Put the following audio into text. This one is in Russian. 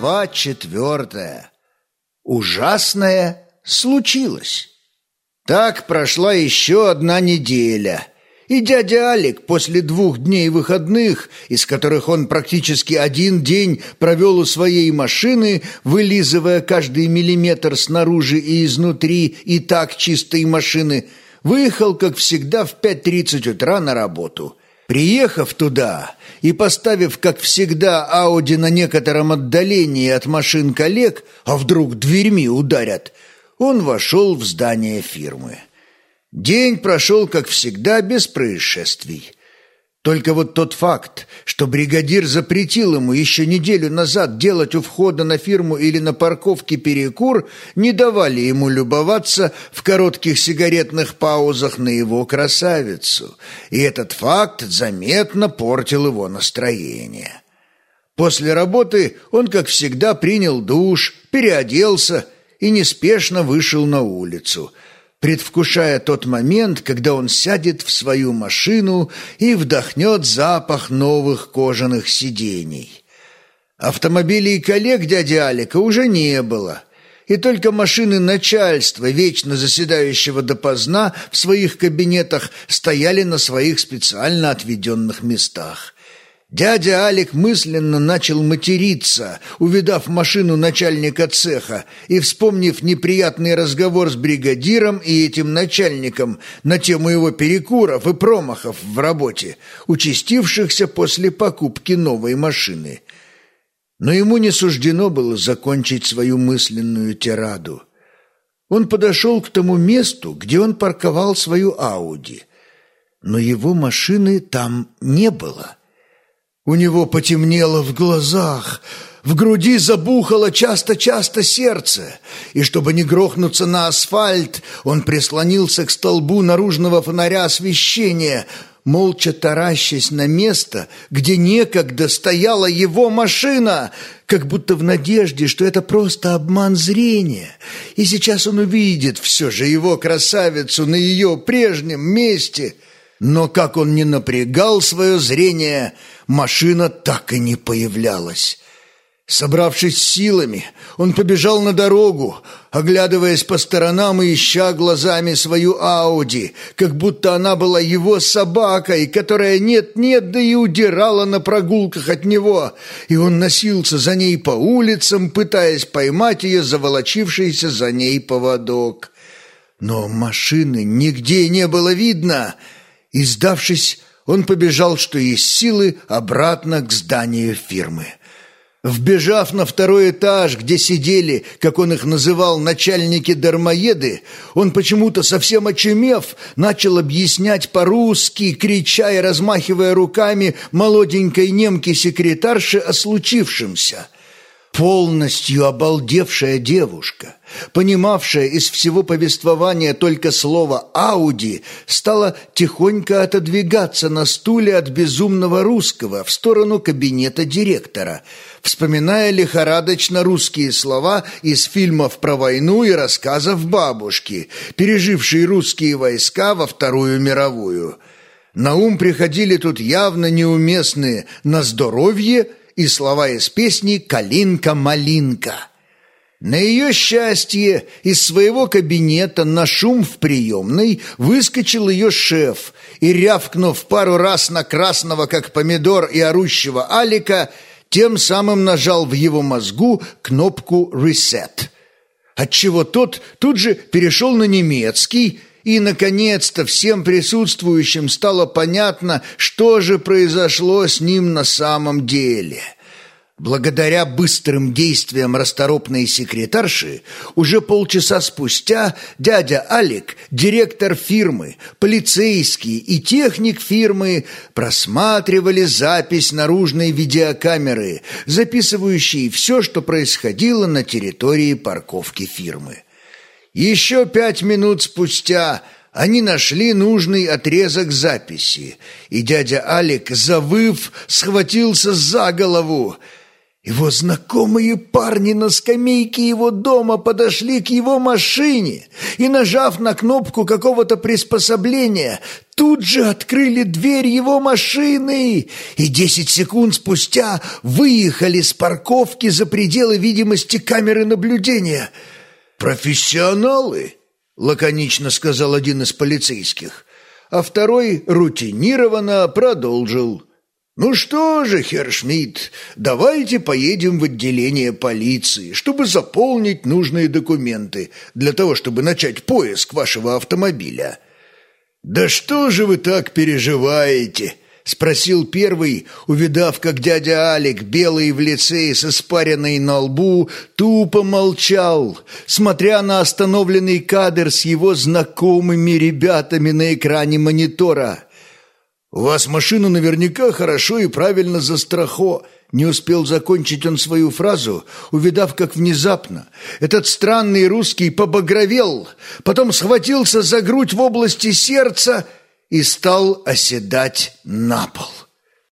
Глава 4. Ужасное случилось. Так прошла еще одна неделя, и дядя Алик после 2 дней выходных, из которых он практически 1 день провел у своей машины, вылизывая каждый миллиметр снаружи и изнутри и так чистой машины, выехал, как всегда, в 5:30 утра на работу. Приехав туда и поставив, как всегда, Ауди на некотором отдалении от машин коллег, а вдруг дверьми ударят, он вошел в здание фирмы. День прошел, как всегда, без происшествий. Только вот тот факт, что бригадир запретил ему еще неделю назад делать у входа на фирму или на парковке перекур, не давали ему любоваться в коротких сигаретных паузах на его красавицу, и этот факт заметно портил его настроение. После работы он, как всегда, принял душ, переоделся и неспешно вышел на улицу, предвкушая тот момент, когда он сядет в свою машину и вдохнет запах новых кожаных сидений. Автомобилей коллег дяди Алика уже не было, и только машины начальства, вечно заседающего допоздна в своих кабинетах, стояли на своих специально отведенных местах. Дядя Алик мысленно начал материться, увидав машину начальника цеха и вспомнив неприятный разговор с бригадиром и этим начальником на тему его перекуров и промахов в работе, участившихся после покупки новой машины. Но ему не суждено было закончить свою мысленную тираду. Он подошел к тому месту, где он парковал свою Ауди, но его машины там не было. У него потемнело в глазах, в груди забухало часто-часто сердце, и чтобы не грохнуться на асфальт, он прислонился к столбу наружного фонаря освещения, молча таращась на место, где некогда стояла его машина, как будто в надежде, что это просто обман зрения, и сейчас он увидит все же его красавицу на ее прежнем месте. Но как он ни напрягал свое зрение, машина так и не появлялась. Собравшись силами, он побежал на дорогу, оглядываясь по сторонам и ища глазами свою Ауди, как будто она была его собакой, которая нет-нет, да и удирала на прогулках от него, и он носился за ней по улицам, пытаясь поймать ее заволочившийся за ней поводок. Но машины нигде не было видно, и, сдавшись, он побежал, что есть силы, обратно к зданию фирмы. Вбежав на 2-й этаж, где сидели, как он их называл, начальники-дармоеды, он почему-то, совсем очумев, начал объяснять по-русски, крича и размахивая руками молоденькой немке-секретарше о случившемся. Полностью обалдевшая девушка, понимавшая из всего повествования только слово «Ауди», стала тихонько отодвигаться на стуле от безумного русского в сторону кабинета директора, вспоминая лихорадочно русские слова из фильмов про войну и рассказов бабушки, пережившей русские войска во Вторую мировую. На ум приходили тут явно неуместные «на здоровье» и слова из песни «Калинка-малинка». На ее счастье из своего кабинета на шум в приемной выскочил ее шеф и, рявкнув пару раз на красного, как помидор, и орущего Алика, тем самым нажал в его мозгу кнопку «Reset», отчего тот тут же перешел на немецкий. И, наконец-то, всем присутствующим стало понятно, что же произошло с ним на самом деле. Благодаря быстрым действиям расторопной секретарши, уже полчаса спустя дядя Алик, директор фирмы, полицейский и техник фирмы просматривали запись наружной видеокамеры, записывающей все, что происходило на территории парковки фирмы. Еще 5 минут спустя они нашли нужный отрезок записи, и дядя Алик, завыв, схватился за голову. Его знакомые парни на скамейке его дома подошли к его машине и, нажав на кнопку какого-то приспособления, тут же открыли дверь его машины и 10 секунд спустя выехали с парковки за пределы видимости камеры наблюдения. «Профессионалы», — лаконично сказал один из полицейских, а второй рутинированно продолжил. «Ну что же, херр Шмидт, давайте поедем в отделение полиции, чтобы заполнить нужные документы для того, чтобы начать поиск вашего автомобиля». «Да что же вы так переживаете?» — спросил первый, увидав, как дядя Алик, белый в лице и с испаренной на лбу, тупо молчал, смотря на остановленный кадр с его знакомыми ребятами на экране монитора. «У вас машина наверняка хорошо и правильно застрахована». Не успел закончить он свою фразу, увидав, как внезапно этот странный русский побагровел, потом схватился за грудь в области сердца и стал оседать на пол.